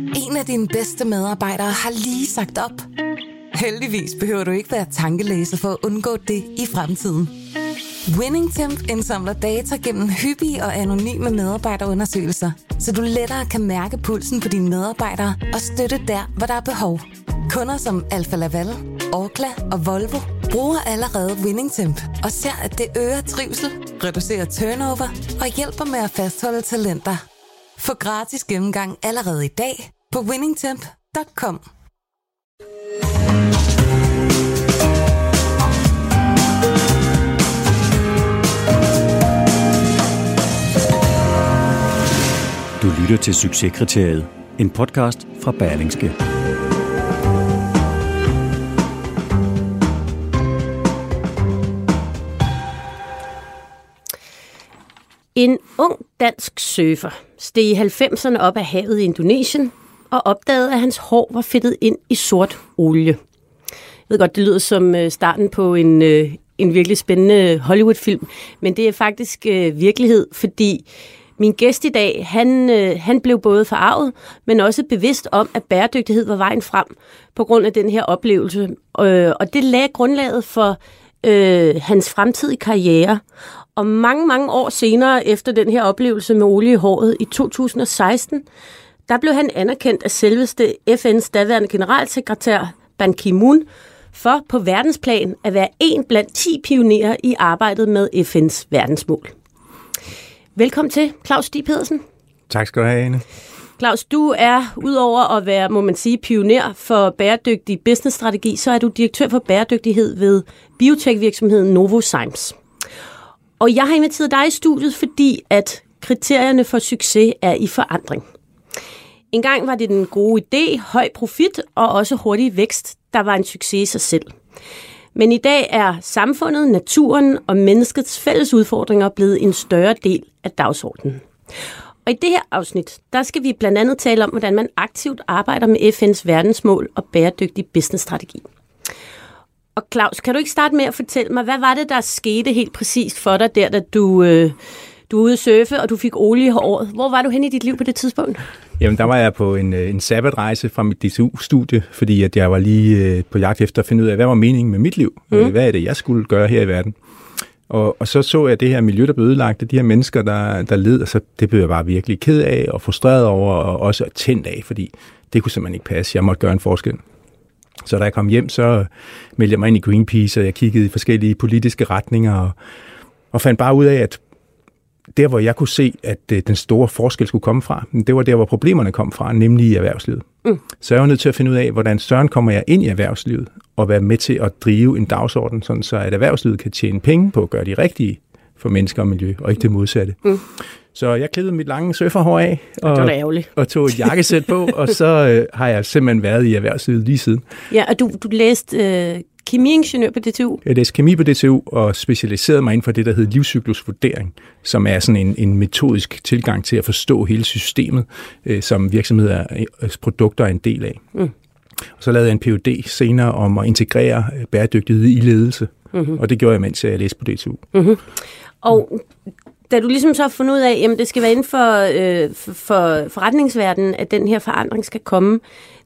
En af dine bedste medarbejdere har lige sagt op. Heldigvis behøver du ikke være tankelæser for at undgå det i fremtiden. WinningTemp indsamler data gennem hyppige og anonyme medarbejderundersøgelser, så du lettere kan mærke pulsen på dine medarbejdere og støtte der, hvor der er behov. Kunder som Alfa Laval, Orkla og Volvo bruger allerede WinningTemp og ser, at det øger trivsel, reducerer turnover og hjælper med at fastholde talenter. Få gratis gennemgang allerede i dag på winningtemp.com. Du lytter til Succeskriteriet, en podcast fra Berlingske. En ung dansk surfer steg i 90'erne op af havet i Indonesien og opdagede, at hans hår var fedtet ind i sort olie. Jeg ved godt, det lyder som starten på en virkelig spændende Hollywood-film, men det er faktisk virkelighed, fordi min gæst i dag, han blev både forarvet, men også bevidst om, at bæredygtighed var vejen frem på grund af den her oplevelse. Og det lagde grundlaget for hans fremtidige karriere. Og mange år senere, efter den her oplevelse med olie i håret i 2016, der blev han anerkendt af selveste FN's daværende generalsekretær Ban Ki-moon for på verdensplan at være en blandt 10 pionerer i arbejdet med FN's verdensmål. Velkommen til, Claus Stig Pedersen. Tak skal du have, Ane. Claus, du er, udover at være, må man sige, pioner for bæredygtig businessstrategi, så er du direktør for bæredygtighed ved biotech-virksomheden Novozymes. Og jeg har inviteret dig i studiet, fordi at kriterierne for succes er i forandring. En gang var det den gode idé, høj profit og også hurtig vækst, der var en succes i sig selv. Men i dag er samfundet, naturen og menneskets fælles udfordringer blevet en større del af dagsordenen. Og i det her afsnit, der skal vi blandt andet tale om, hvordan man aktivt arbejder med FN's verdensmål og bæredygtig businessstrategi. Og Claus, kan du ikke starte med at fortælle mig, hvad var det, der skete helt præcist for dig der, da du var ude at surfe, og du fik olie i håret? Hvor var du henne i dit liv på det tidspunkt? Jamen, der var jeg på en sabbatrejse fra mit DTU-studie, fordi at jeg var lige på jagt efter at finde ud af, hvad var meningen med mit liv? Hvad er det, jeg skulle gøre her i verden? Og så jeg det her miljø, der blev ødelagt, de her mennesker, der led, og så det blev jeg bare virkelig ked af og frustreret over, og også tændt af, fordi det kunne simpelthen ikke passe. Jeg måtte gøre en forskel. Så da jeg kom hjem, så meldte jeg mig ind i Greenpeace, og jeg kiggede i forskellige politiske retninger, og fandt bare ud af, at der, hvor jeg kunne se, at den store forskel skulle komme fra, det var der, hvor problemerne kom fra, nemlig i erhvervslivet. Så jeg var nødt til at finde ud af, hvordan søren kommer jeg ind i erhvervslivet, og være med til at drive en dagsorden, sådan så at erhvervslivet kan tjene penge på at gøre de rigtige for mennesker og miljø, og ikke det modsatte. Så jeg klippede mit lange surferhår af, og tog et jakkesæt på, og så har jeg simpelthen været i erhvervslivet lige siden. Ja, og du læste kemiingeniør på DTU? Jeg læste kemi på DTU og specialiserede mig inden for det, der hedder livscyklusvurdering, som er sådan en metodisk tilgang til at forstå hele systemet, som virksomheders produkter er en del af. Og så lavede jeg en Ph.D. senere om at integrere bæredygtighed i ledelse, og det gjorde jeg, mens jeg læste på DTU. Og da du ligesom så har fundet ud af, at det skal være inden for forretningsverdenen, at den her forandring skal komme,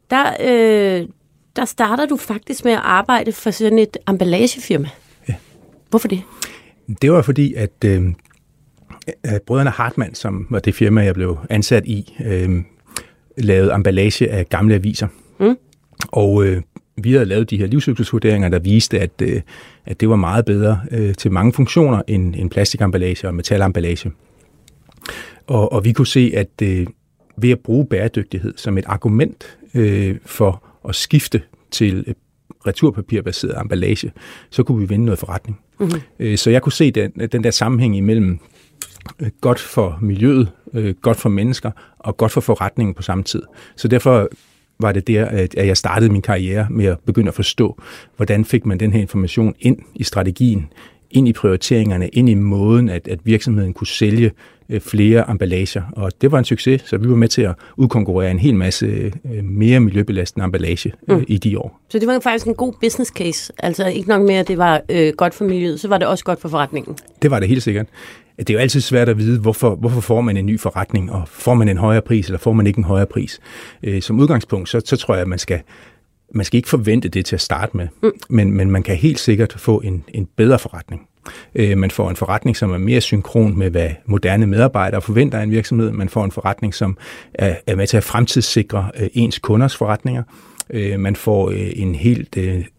der starter du faktisk med at arbejde for sådan et emballagefirma. Ja. Hvorfor det? Det var fordi, at brødrene Hartmann, som var det firma, jeg blev ansat i, lavede emballage af gamle aviser. Og vi havde lavet de her livscyklusvurderinger, der viste, at det var meget bedre til mange funktioner end plastikemballage og metalemballage. Og vi kunne se, at ved at bruge bæredygtighed som et argument for at skifte til returpapirbaseret emballage, så kunne vi vinde noget forretning. Så jeg kunne se den der sammenhæng imellem godt for miljøet, godt for mennesker og godt for forretningen på samme tid. Så derfor var det der, at jeg startede min karriere med at begynde at forstå, hvordan fik man den her information ind i strategien, ind i prioriteringerne, ind i måden, at virksomheden kunne sælge flere emballager. Og det var en succes, så vi var med til at udkonkurrere en hel masse mere miljøbelastende emballage i de år. Så det var faktisk en god business case? Altså ikke nok mere, at det var godt for miljøet, så var det også godt for forretningen? Det var det helt sikkert. Det er jo altid svært at vide, hvorfor får man en ny forretning, og får man en højere pris, eller får man ikke en højere pris. Som udgangspunkt, så tror jeg, at man skal ikke forvente det til at starte med, men man kan helt sikkert få en bedre forretning. Man får en forretning, som er mere synkron med, hvad moderne medarbejdere forventer af en virksomhed. Man får en forretning, som er med til at fremtidssikre ens kunders forretninger. Man får en helt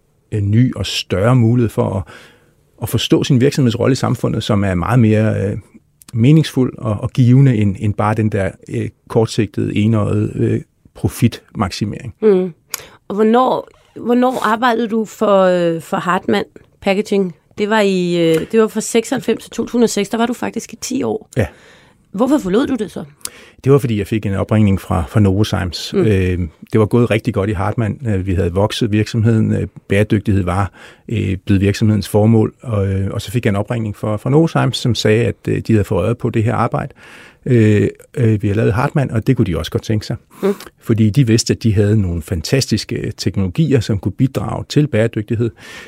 ny og større mulighed for at forstå sin virksomheds rolle i samfundet, som er meget mere meningsfuld og givende end bare den der kortsigtede, enøjede profitmaksimering. Og hvornår arbejdede du for Hartmann Packaging? Det var fra 96 til 2006, der var du faktisk i 10 år. Ja. Hvorfor forlod du det så? Det var, fordi jeg fik en opringning fra Novozymes. Det var gået rigtig godt i Hartmann. Vi havde vokset virksomheden. Bæredygtighed var blevet virksomhedens formål. Og så fik jeg en opringning fra Novozymes, som sagde, at de havde fået øje på det her arbejde. Vi havde lavet Hartmann, og det kunne de også godt tænke sig. Fordi de vidste, at de havde nogle fantastiske teknologier, som kunne bidrage til bæredygtighed.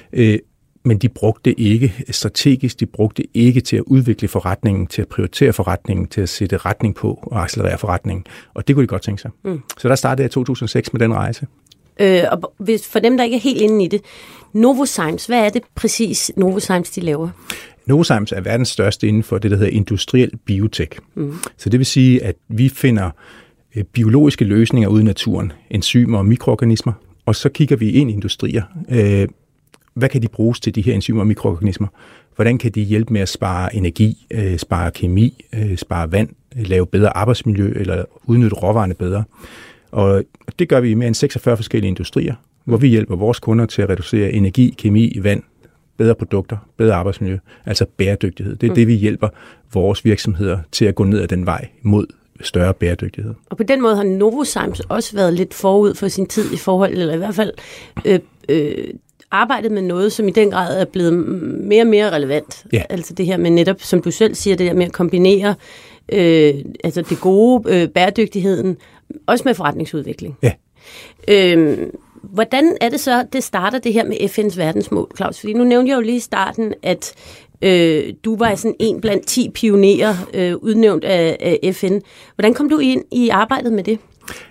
Men de brugte ikke strategisk, de brugte ikke til at udvikle forretningen, til at prioritere forretningen, til at sætte retning på og accelerere forretningen. Og det kunne de godt tænke sig. Så der startede jeg i 2006 med den rejse. Og for dem, der ikke er helt inde i det, Novozymes, hvad er det præcis Novozymes, de laver? Novozymes er verdens største inden for det, der hedder industriel biotek. Så det vil sige, at vi finder biologiske løsninger ude i naturen, enzymer og mikroorganismer, og så kigger vi ind i industrier. Hvad kan de bruges til, de her enzymer og mikroorganismer? Hvordan kan de hjælpe med at spare energi, spare kemi, spare vand, lave bedre arbejdsmiljø eller udnytte råvarerne bedre? Og det gør vi i mere end 46 forskellige industrier, hvor vi hjælper vores kunder til at reducere energi, kemi, vand, bedre produkter, bedre arbejdsmiljø, altså bæredygtighed. Det er det, vi hjælper vores virksomheder til at gå ned ad den vej mod større bæredygtighed. Og på den måde har Novozymes også været lidt forud for sin tid i forhold, eller i hvert fald arbejdet med noget, som i den grad er blevet mere og mere relevant. Ja. Altså det her med netop, som du selv siger, det der med at kombinere altså det gode, bæredygtigheden, også med forretningsudvikling. Ja. Hvordan er det så, det starter det her med FN's verdensmål, Claus? Fordi nu nævnte jeg jo lige i starten, at du var sådan en blandt 10 pionerer udnævnt af FN. Hvordan kom du ind i arbejdet med det?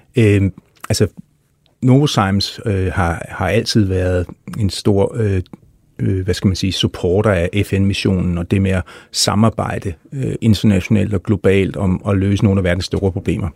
Novozymes har altid været en stor supporter af FN-missionen og det med at samarbejde internationalt og globalt om at løse nogle af verdens store problemer.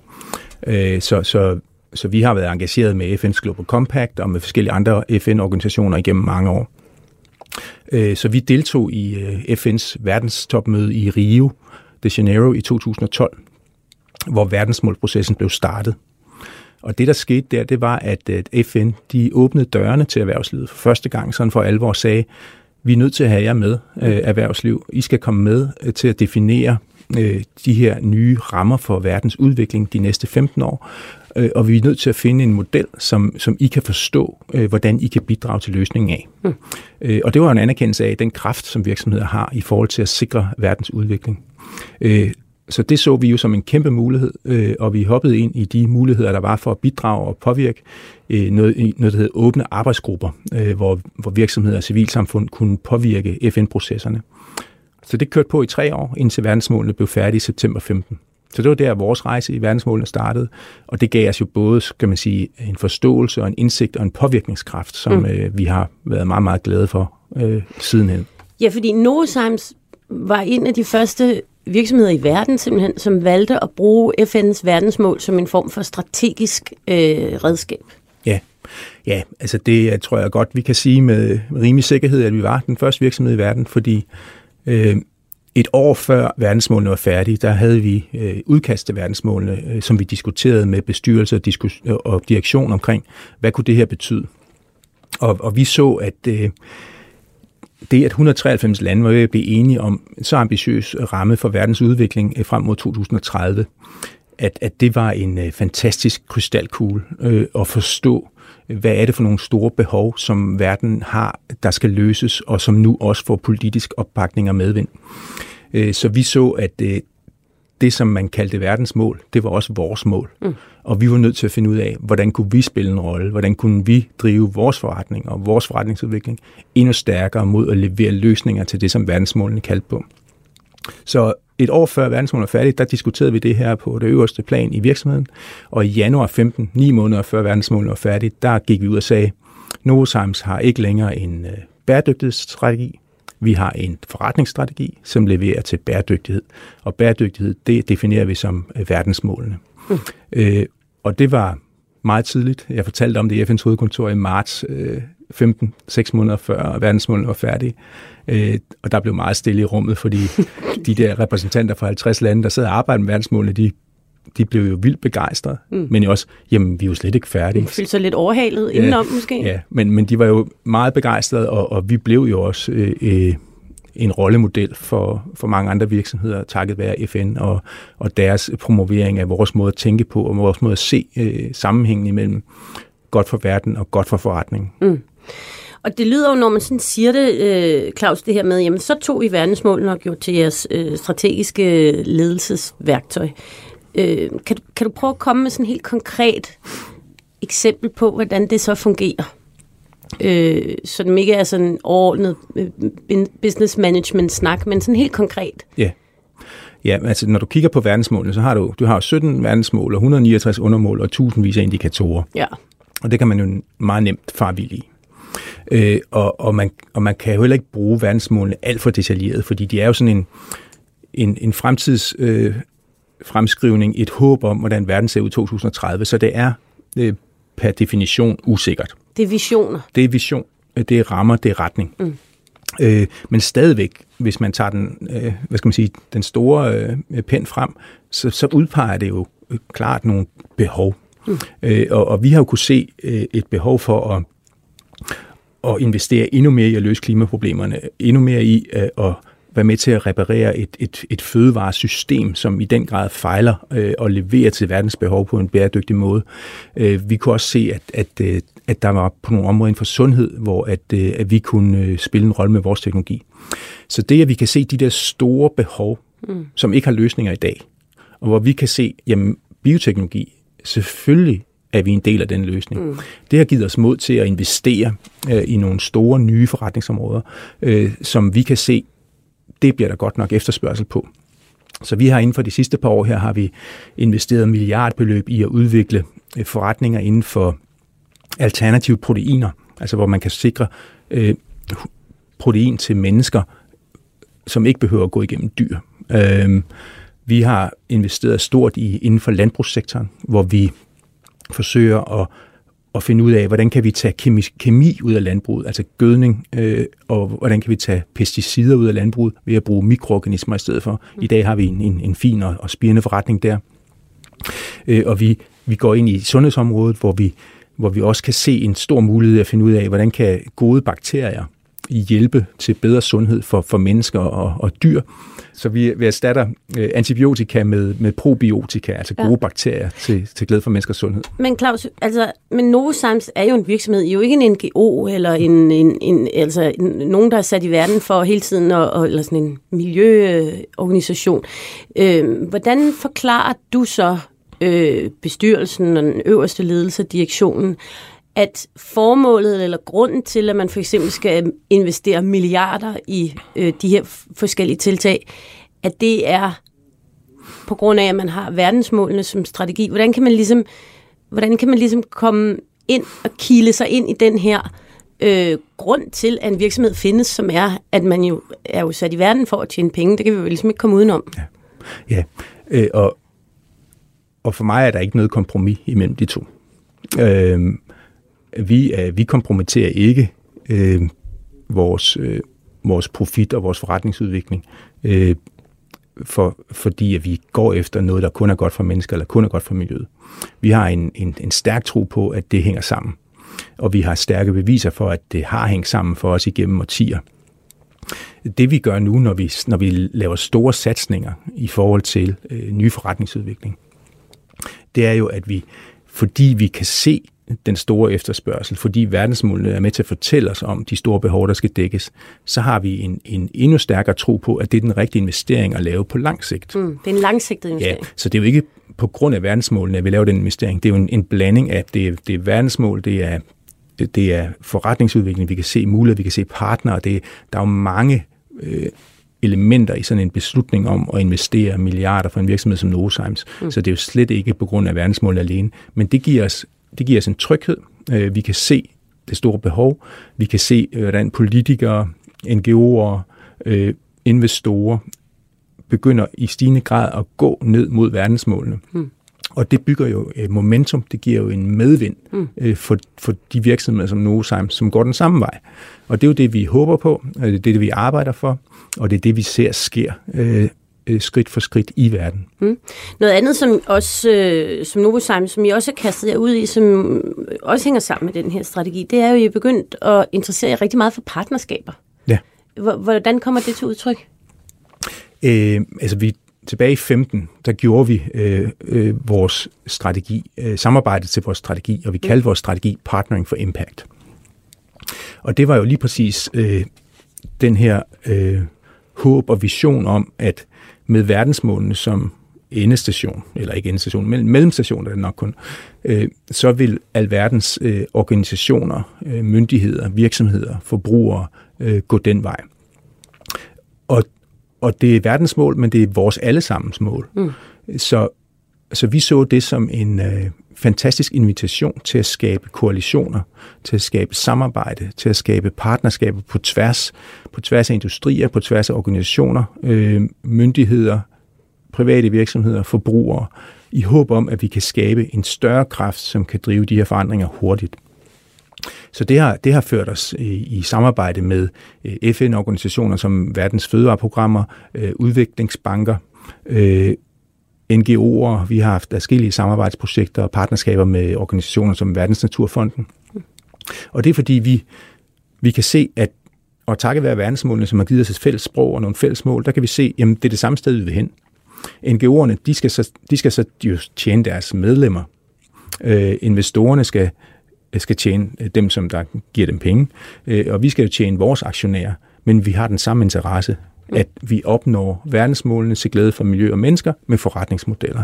Så vi har været engageret med FN's Global Compact og med forskellige andre FN-organisationer igennem mange år. Så vi deltog i FN's verdenstopmøde i Rio de Janeiro i 2012, hvor verdensmålsprocessen blev startet. Og det, der skete der, det var, at FN de åbnede dørene til erhvervslivet for første gang, sådan for alvor sagde, vi er nødt til at have jer med, erhvervsliv. I skal komme med til at definere de her nye rammer for verdens udvikling de næste 15 år. Og vi er nødt til at finde en model, som I kan forstå, hvordan I kan bidrage til løsningen af. Og det var en anerkendelse af den kraft, som virksomheder har i forhold til at sikre verdens udvikling. Så det så vi jo som en kæmpe mulighed, og vi hoppede ind i de muligheder, der var for at bidrage og påvirke noget der hedder åbne arbejdsgrupper, hvor virksomheder og civilsamfund kunne påvirke FN-processerne. Så det kørte på i 3 år, indtil verdensmålene blev færdige i september 15. Så det var der, vores rejse i verdensmålene startede, og det gav os jo både, kan man sige, en forståelse og en indsigt og en påvirkningskraft, som vi har været meget, meget glade for sidenhen. Ja, fordi Novozymes var en af de første virksomheder i verden, simpelthen, som valgte at bruge FN's verdensmål som en form for strategisk redskab. Ja, altså det tror jeg godt, vi kan sige med rimelig sikkerhed, at vi var den første virksomhed i verden, fordi et år før verdensmålene var færdige, der havde vi udkast til verdensmålene, som vi diskuterede med bestyrelse og direktion omkring, hvad kunne det her betyde? Og vi så, at det, at 193 lande var ved at blive enige om en så ambitiøs ramme for verdens udvikling frem mod 2030, at det var en fantastisk krystalkugle at forstå, hvad er det for nogle store behov, som verden har, der skal løses, og som nu også får politisk opbakning og medvind. Så vi så, at det, som man kaldte verdensmål, det var også vores mål. Og vi var nødt til at finde ud af, hvordan kunne vi spille en rolle, hvordan kunne vi drive vores forretning og vores forretningsudvikling endnu stærkere mod at levere løsninger til det, som verdensmålene kaldte på. Så et år før verdensmålet er færdigt, der diskuterede vi det her på det øverste plan i virksomheden, og i januar 15, 9 måneder før verdensmålet var færdigt, der gik vi ud og sagde, Novozymes har ikke længere en bæredygtighedsstrategi, vi har en forretningsstrategi, som leverer til bæredygtighed, og bæredygtighed, det definerer vi som verdensmålene. Og det var meget tidligt. Jeg fortalte om det i FN's hovedkontor i marts 15, 6 måneder før verdensmålene var færdige. Og der blev meget stille i rummet, fordi de der repræsentanter fra 50 lande, der sad og arbejdede med verdensmålene, de blev jo vildt begejstrede, men også, jamen, vi er jo slet ikke færdige. De følte sig lidt overhalet indenom, måske? Ja, men de var jo meget begejstrede, og vi blev jo også en rollemodel for mange andre virksomheder, takket være FN og deres promovering af vores måde at tænke på, og vores måde at se sammenhængen imellem godt for verden og godt for forretningen. Og det lyder jo, når man sådan siger det, Claus, det her med, jamen så tog I verdensmålene og gjorde til jeres strategiske ledelsesværktøj. Kan du prøve at komme med sådan et helt konkret eksempel på, hvordan det så fungerer? Så det ikke er sådan en overordnet business management snak, men sådan helt konkret. Ja, altså når du kigger på verdensmålene, så har du har 17 verdensmål og 169 undermål og tusindvis af indikatorer. Ja. Og det kan man jo meget nemt farvilde i. Og man kan jo heller ikke bruge verdensmålene alt for detaljeret, fordi de er jo sådan en fremtids fremskrivning, et håb om, hvordan verden ser ud i 2030, så det er per definition usikkert. Det er visioner. Det er vision, det er rammer, det er retning. Men stadigvæk, hvis man tager den store pen frem, så udpeger det jo klart nogle behov. Og vi har jo kunne se et behov for at investere endnu mere i at løse klimaproblemerne, endnu mere i at være med til at reparere et fødevaresystem, som i den grad fejler og leverer til verdens behov på en bæredygtig måde. Vi kunne også se, at der var på nogle områder inden for sundhed, hvor at vi kunne spille en rolle med vores teknologi. Så det, at vi kan se de der store behov, som ikke har løsninger i dag, og hvor vi kan se, jamen bioteknologi, selvfølgelig er vi en del af den løsning. Det har givet os mod til at investere i nogle store nye forretningsområder, som vi kan se, det bliver der godt nok efterspørgsel på. Så vi har inden for de sidste par år her, har vi investeret milliardbeløb i at udvikle forretninger inden for alternative proteiner, altså hvor man kan sikre protein til mennesker, som ikke behøver at gå igennem dyr. Vi har investeret stort inden for landbrugssektoren, hvor vi forsøger at finde ud af, hvordan kan vi tage kemi ud af landbruget, altså gødning, og hvordan kan vi tage pesticider ud af landbruget ved at bruge mikroorganismer i stedet for. I dag har vi en fin og spirende forretning der. Og vi går ind i sundhedsområdet, hvor vi også kan se en stor mulighed at finde ud af, hvordan kan gode bakterier hjælpe til bedre sundhed for mennesker og dyr. Så vi erstatter antibiotika med probiotika, altså gode bakterier til glæde for menneskers sundhed. Men Claus, men Novozymes er jo en virksomhed, I er jo ikke en NGO eller nogen, der er sat i verden for hele tiden, eller sådan en miljøorganisation. Hvordan forklarer du så bestyrelsen og den øverste ledelse, direktionen, at formålet eller grunden til, at man for eksempel skal investere milliarder i de her forskellige tiltag, at det er på grund af, at man har verdensmålene som strategi? Hvordan kan man ligesom komme ind og kile sig ind i den her grund til, at en virksomhed findes, som er, at man jo er jo sat i verden for at tjene penge? Det kan vi jo ligesom ikke komme udenom. Ja. Og for mig er der ikke noget kompromis imellem de to. Vi kompromitterer ikke vores profit og vores forretningsudvikling, fordi at vi går efter noget, der kun er godt for mennesker, eller kun er godt for miljøet. Vi har en stærk tro på, at det hænger sammen, og vi har stærke beviser for, at det har hængt sammen for os igennem årtier. Det vi gør nu, når vi laver store satsninger i forhold til ny forretningsudvikling, det er jo, at fordi vi kan se den store efterspørgsel, fordi verdensmålene er med til at fortælle os om de store behov, der skal dækkes, så har vi en endnu stærkere tro på, at det er den rigtige investering at lave på lang sigt. Det er en langsigtet investering. Ja, så det er jo ikke på grund af verdensmålene, at vi laver den investering. Det er jo en blanding af, det er verdensmål, det er forretningsudvikling, vi kan se muligheder, vi kan se partnere. Der er jo mange elementer i sådan en beslutning om at investere milliarder for en virksomhed som Novozymes. Så det er jo slet ikke på grund af verdensmålene alene. Men det giver os en tryghed. Vi kan se det store behov. Vi kan se, hvordan politikere, NGO'er, investorer begynder i stigende grad at gå ned mod verdensmålene. Og det bygger jo momentum, det giver jo en medvind for de virksomheder som Novozymes, som går den samme vej. Og det er jo det, vi håber på, og det er det, vi arbejder for, og det er det, vi ser sker skridt for skridt i verden. Noget andet, som også som Novozymes, som I også har kastet jer ud i, som også hænger sammen med den her strategi, det er jo, at I er begyndt at interessere jer rigtig meget for partnerskaber. Ja. Hvordan kommer det til udtryk? Tilbage i 2015, der gjorde vi vores strategi, samarbejdet til vores strategi, og vi kaldte vores strategi Partnering for Impact. Og det var jo lige præcis den her håb og vision om, at med verdensmålene som endestation, eller ikke endestation, men mellemstation er det nok kun, så vil alverdens organisationer, myndigheder, virksomheder, forbrugere gå den vej. Og det er verdensmål, men det er vores allesammens mål. Så vi så det som en fantastisk invitation til at skabe koalitioner, til at skabe samarbejde, til at skabe partnerskaber på tværs af industrier, på tværs af organisationer, myndigheder, private virksomheder, forbrugere, i håb om, at vi kan skabe en større kraft, som kan drive de her forandringer hurtigt. Så det har ført os i samarbejde med FN-organisationer som Verdens Fødevareprogrammer, udviklingsbanker, NGO'er. Vi har haft adskillige samarbejdsprojekter og partnerskaber med organisationer som Verdensnaturfonden. Og det er fordi vi kan se, at og takket være verdensmålene, som har givet os et fælles sprog og nogle fælles mål, der kan vi se, jamen det er det samme sted, vi vil hen. NGO'erne, de skal så jo tjene deres medlemmer. Investorerne skal tjene dem, som der giver dem penge, og vi skal jo tjene vores aktionærer, men vi har den samme interesse, at vi opnår verdensmålene til glæde for miljø og mennesker med forretningsmodeller.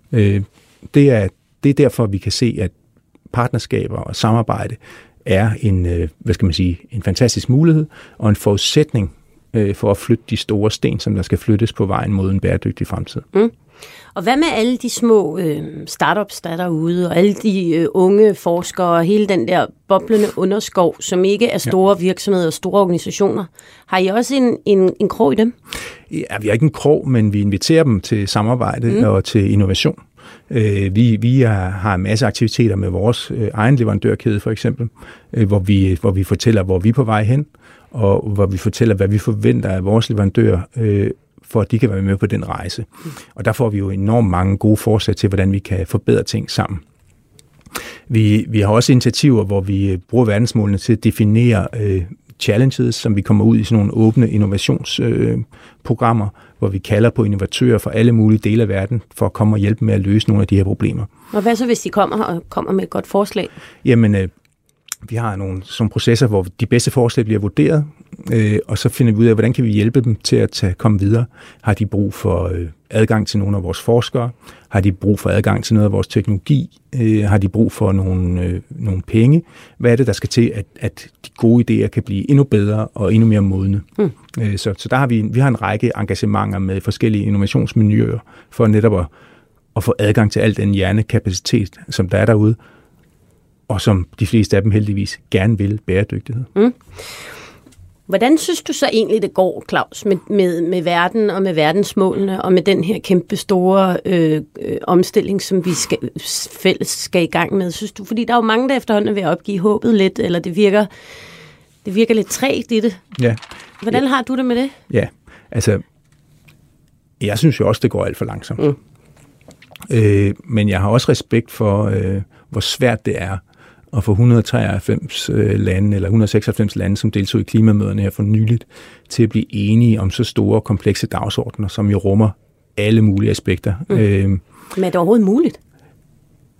Det er derfor, vi kan se, at partnerskaber og samarbejde er en fantastisk mulighed og en forudsætning for at flytte de store sten, som der skal flyttes på vejen mod en bæredygtig fremtid. Og hvad med alle de små startups, der er derude, og alle de unge forskere, og hele den der boblende underskov, som ikke er store virksomheder og store organisationer? Har I også en krog i dem? Ja, vi har ikke en krog, men vi inviterer dem til samarbejde og til innovation. Vi har en masse aktiviteter med vores egen leverandørkæde, for eksempel, hvor vi fortæller, hvor vi er på vej hen, og hvor vi fortæller, hvad vi forventer af vores leverandører, for at de kan være med på den rejse. Og der får vi jo enormt mange gode forslag til, hvordan vi kan forbedre ting sammen. Vi har også initiativer, hvor vi bruger verdensmålene til at definere challenges, som vi kommer ud i sådan nogle åbne innovationsprogrammer, hvor vi kalder på innovatører fra alle mulige dele af verden, for at komme og hjælpe med at løse nogle af de her problemer. Og hvad så, hvis de kommer med et godt forslag? Jamen, vi har nogle processer, hvor de bedste forslag bliver vurderet, og så finder vi ud af, hvordan kan vi hjælpe dem til at komme videre. Har de brug for adgang til nogle af vores forskere? Har de brug for adgang til noget af vores teknologi? Har de brug for nogle penge? Hvad er det, der skal til, at de gode idéer kan blive endnu bedre og endnu mere modne? Så der har vi har en række engagementer med forskellige innovationsmiljøer for netop at få adgang til al den hjernekapacitet, som der er derude, og som de fleste af dem heldigvis gerne vil bæredygtighed. Hvordan synes du så egentlig, det går, Claus, med verden og med verdensmålene og med den her kæmpe store omstilling, som vi fælles skal i gang med, synes du? Fordi der er jo mange, der efterhånden vil opgive håbet lidt, eller det virker lidt trægt i det. Ja. Hvordan har du det med det? Ja, altså, jeg synes jo også, det går alt for langsomt. Men jeg har også respekt for, hvor svært det er at få 193 lande, eller 196 lande, som deltog i klimamøderne her for nyligt, til at blive enige om så store, komplekse dagsordner, som jo rummer alle mulige aspekter. Men er det overhovedet muligt?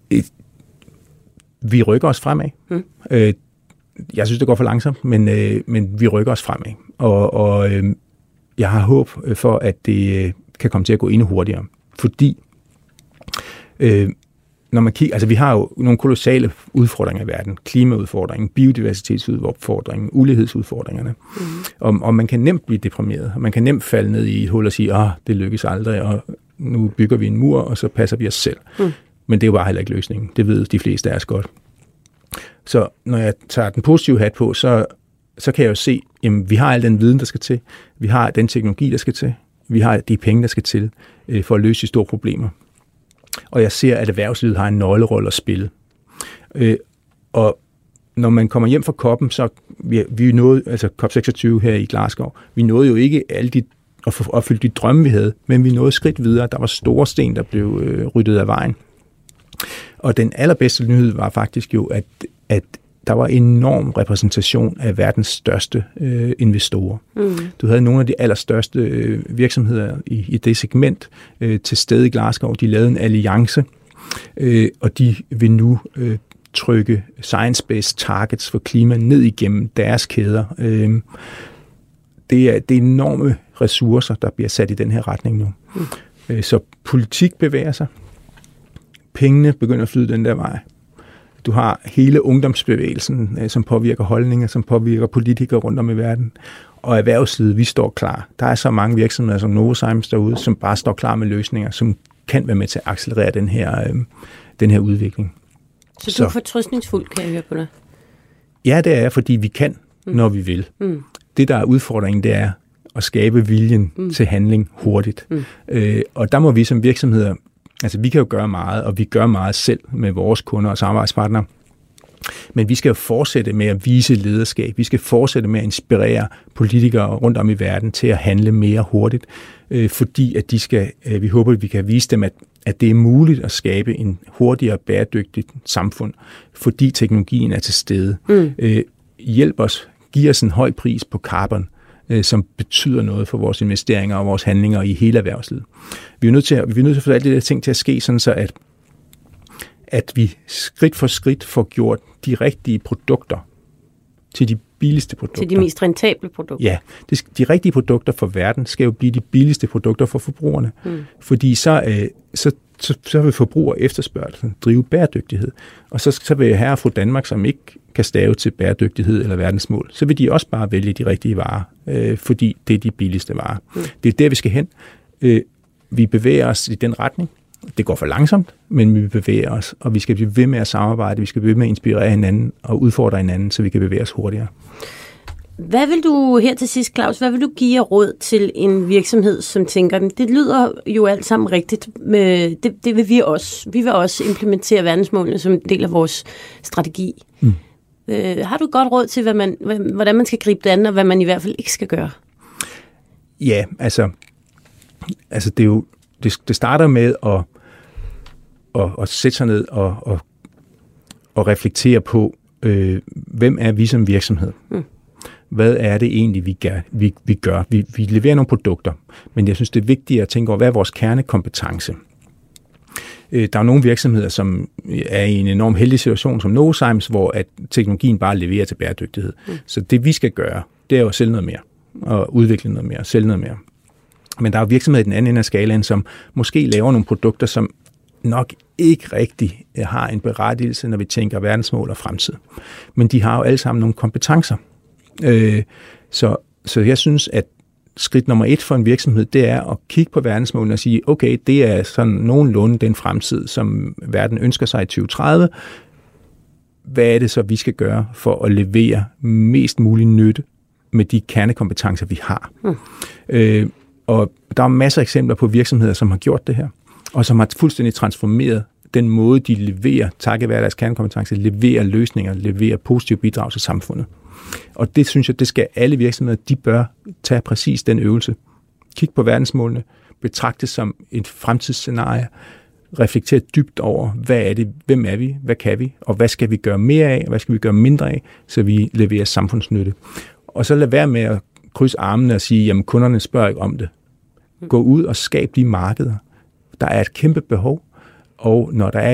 vi rykker os fremad. Jeg synes, det går for langsomt, men vi rykker os fremad. Og jeg har håb for, at det kan komme til at gå endnu hurtigere. Fordi når man kigger, altså vi har jo nogle kolossale udfordringer i verden. Klimaudfordringen, biodiversitetsudfordringen, ulighedsudfordringerne. Og man kan nemt blive deprimeret, og man kan nemt falde ned i et hul og sige, det lykkes aldrig, og nu bygger vi en mur, og så passer vi os selv. Men det er jo bare heller ikke løsningen. Det ved de fleste af os godt. Så når jeg tager den positive hat på, så kan jeg jo se, jamen vi har al den viden, der skal til. Vi har den teknologi, der skal til. Vi har de penge, der skal til for at løse de store problemer. Og jeg ser, at erhvervslivet har en nøglerolle at spille. Og når man kommer hjem fra COP'en, så vi nåede, altså COP26 her i Glasgow, vi nåede jo ikke alle de at få opfyldt de drømme, vi havde, men vi nåede skridt videre. Der var store sten, der blev ryddet af vejen. Og den allerbedste nyhed var faktisk jo, at der var enorm repræsentation af verdens største investorer. Du havde nogle af de allerstørste virksomheder i det segment til stede i Glasgow. De lavede en alliance, og de vil nu trykke science-based targets for klima ned igennem deres kæder. Det er enorme ressourcer, der bliver sat i den her retning nu. Så politik bevæger sig. Pengene begynder at flyde den der vej. Du har hele ungdomsbevægelsen, som påvirker holdninger, som påvirker politikere rundt om i verden. Og erhvervslivet, vi står klar. Der er så mange virksomheder som Novozymes derude, som bare står klar med løsninger, som kan være med til at accelerere den her udvikling. Så du er fortrøstningsfuld, kan jeg høre på dig? Ja, det er, fordi vi kan, når vi vil. Det, der er udfordringen, det er at skabe viljen til handling hurtigt. Og der må vi som virksomheder, altså vi kan jo gøre meget, og vi gør meget selv med vores kunder og samarbejdspartnere. Men vi skal jo fortsætte med at vise lederskab. Vi skal fortsætte med at inspirere politikere rundt om i verden til at handle mere hurtigt, fordi at vi håber, at vi kan vise dem, at det er muligt at skabe en hurtigere, bæredygtigt samfund, fordi teknologien er til stede. Hjælp os, giv os en høj pris på carbon, som betyder noget for vores investeringer og vores handlinger i hele erhvervslivet. Vi er nødt til at få alle de der ting til at ske, sådan så at vi skridt for skridt får gjort de rigtige produkter til de billigste produkter. Til de mest rentable produkter. Ja, de rigtige produkter for verden skal jo blive de billigste produkter for forbrugerne. Fordi så vil forbruger efterspørgsel drive bæredygtighed. Og så vil herre og fru Danmark, som ikke kan stave til bæredygtighed eller verdensmål, så vil de også bare vælge de rigtige varer, fordi det er de billigste varer. Det er der, vi skal hen. Vi bevæger os i den retning. Det går for langsomt, men vi bevæger os, og vi skal blive ved med at samarbejde, vi skal blive ved med at inspirere hinanden og udfordre hinanden, så vi kan bevæge os hurtigere. Hvad vil du her til sidst, Claus, hvad vil du give af råd til en virksomhed, som tænker, det lyder jo alt sammen rigtigt, det vil vi også. Vi vil også implementere verdensmålene som en del af vores strategi. Har du et godt råd til, hvordan man skal gribe det an, og hvad man i hvert fald ikke skal gøre? Ja, altså det er jo det starter med at sætte sig ned og reflektere på, hvem er vi som virksomhed? Hvad er det egentlig, vi gør? Vi leverer nogle produkter, men jeg synes, det er vigtigt at tænke over, hvad er vores kernekompetence? Der er nogle virksomheder, som er i en enorm heldig situation, som Novozymes, hvor at teknologien bare leverer til bæredygtighed. Så det, vi skal gøre, det er jo at sælge noget mere, og udvikle noget mere, og sælge noget mere. Men der er virksomheder i den anden ende af skalaen, som måske laver nogle produkter, som nok ikke rigtig har en berettigelse, når vi tænker verdensmål og fremtid. Men de har jo alle sammen nogle kompetencer. Så jeg synes, at skridt nummer 1 for en virksomhed, det er at kigge på verdensmålene og sige, okay, det er sådan nogenlunde den fremtid, som verden ønsker sig i 2030. Hvad er det så, vi skal gøre for at levere mest mulig nytte med de kernekompetencer, vi har? Og der er masser af eksempler på virksomheder, som har gjort det her, og som har fuldstændig transformeret den måde, de leverer, takket være deres kernekompetence, leverer løsninger, leverer positive bidrag til samfundet. Og det synes jeg, det skal alle virksomheder, de bør tage præcis den øvelse. Kig på verdensmålene, betragte det som et fremtidsscenarie, reflektere dybt over, hvad er det, hvem er vi, hvad kan vi, og hvad skal vi gøre mere af, og hvad skal vi gøre mindre af, så vi leverer samfundsnytte. Og så lad være med at krydse armene og sige, jamen kunderne spørger ikke om det. Gå ud og skab de markeder. Der er et kæmpe behov, og når der er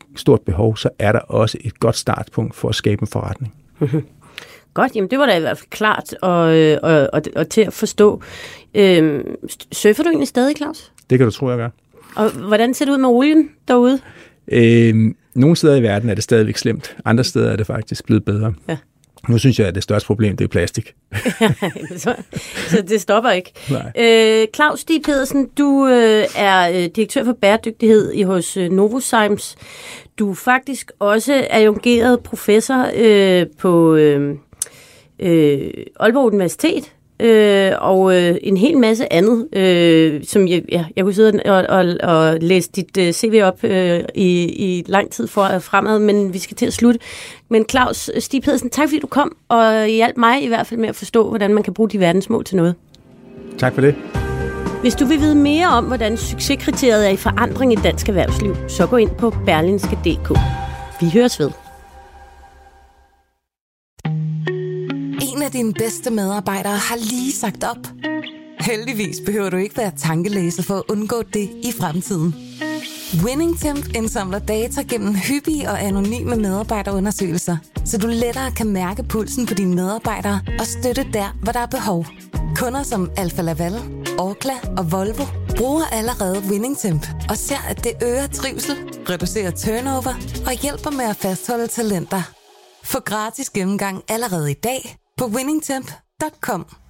stort behov, så er der også et godt startpunkt for at skabe en forretning. Godt, jamen det var da i hvert fald klart og til at forstå. Surfer du egentlig stadig, Claus? Det kan du tro, jeg gør. Og hvordan ser det ud med olien derude? Nogle steder i verden er det stadigvæk slemt. Andre steder er det faktisk blevet bedre. Ja. Nu synes jeg, at det største problem, det er plastik. så det stopper ikke. Claus Stig Pedersen, du er direktør for bæredygtighed hos Novozymes. Du er faktisk også adjungeret professor på Aalborg Universitet. Og en hel masse andet, som jeg kunne sidde og læse dit CV op i lang tid fremad, men vi skal til at slutte. Men Claus Stig Pedersen, tak fordi du kom og hjalp mig i hvert fald med at forstå, hvordan man kan bruge de verdensmål til noget. Tak for det. Hvis du vil vide mere om, hvordan succeskriteriet er i forandring i dansk erhvervsliv, så gå ind på berlingske.dk. Vi høres ved. En af dine bedste medarbejdere har lige sagt op. Heldigvis behøver du ikke være tankelæser for at undgå det i fremtiden. WinningTemp indsamler data gennem hyppige og anonyme medarbejderundersøgelser, så du lettere kan mærke pulsen på dine medarbejdere og støtte der, hvor der er behov. Kunder som Alfa Laval, Orkla og Volvo bruger allerede WinningTemp og ser, at det øger trivsel, reducerer turnover og hjælper med at fastholde talenter. Få gratis gennemgang allerede i dag på winningtemp.com.